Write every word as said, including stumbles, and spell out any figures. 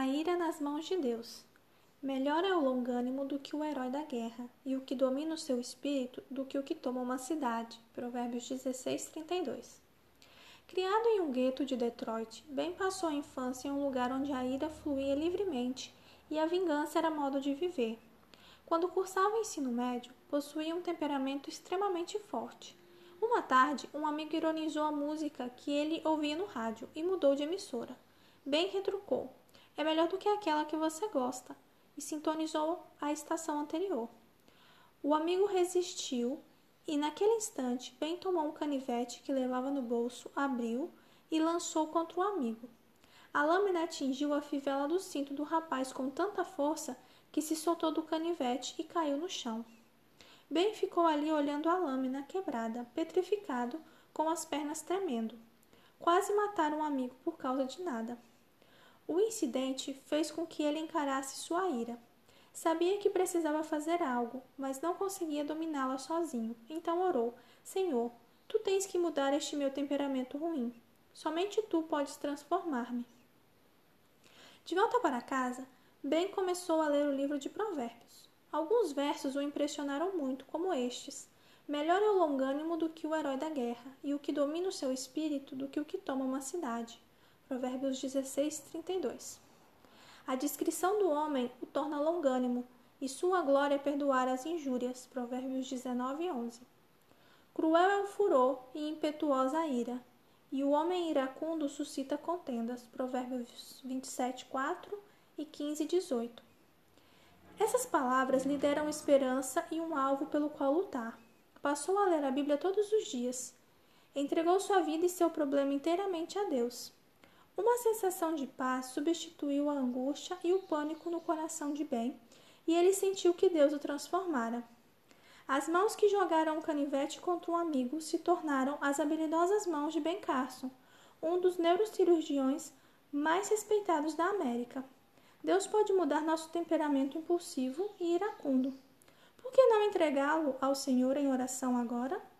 a ira nas mãos de Deus. Melhor é o longânimo do que o herói da guerra, e o que domina o seu espírito do que o que toma uma cidade. Provérbios dezesseis, trinta e dois. Criado em um gueto de Detroit, Ben passou a infância em um lugar onde a ira fluía livremente e a vingança era modo de viver. Quando cursava o ensino médio, possuía um temperamento extremamente forte. Uma tarde, um amigo ironizou a música que ele ouvia no rádio e mudou de emissora. Ben retrucou: "É melhor do que aquela que você gosta", e sintonizou a estação anterior. O amigo resistiu e, naquele instante, Ben tomou um canivete que levava no bolso, abriu e lançou contra o amigo. A lâmina atingiu a fivela do cinto do rapaz com tanta força que se soltou do canivete e caiu no chão. Ben ficou ali olhando a lâmina quebrada, petrificado, com as pernas tremendo. Quase mataram o amigo por causa de nada. O incidente fez com que ele encarasse sua ira. Sabia que precisava fazer algo, mas não conseguia dominá-la sozinho. Então orou: "Senhor, tu tens que mudar este meu temperamento ruim. Somente tu podes transformar-me." De volta para casa, Ben começou a ler o livro de Provérbios. Alguns versos o impressionaram muito, como estes: "Melhor é o longânimo do que o herói da guerra, e o que domina o seu espírito do que o que toma uma cidade." Provérbios dezesseis, trinta e dois. A discrição do homem o torna longânimo, e sua glória é perdoar as injúrias. Provérbios dezenove, onze. Cruel é o furor e impetuosa a ira, e o homem iracundo suscita contendas. Provérbios vinte e sete, quatro e quinze, dezoito. Essas palavras lhe deram esperança e um alvo pelo qual lutar. Passou a ler a Bíblia todos os dias. Entregou sua vida e seu problema inteiramente a Deus. Uma sensação de paz substituiu a angústia e o pânico no coração de Ben, e ele sentiu que Deus o transformara. As mãos que jogaram o canivete contra um amigo se tornaram as habilidosas mãos de Ben Carson, um dos neurocirurgiões mais respeitados da América. Deus pode mudar nosso temperamento impulsivo e iracundo. Por que não entregá-lo ao Senhor em oração agora?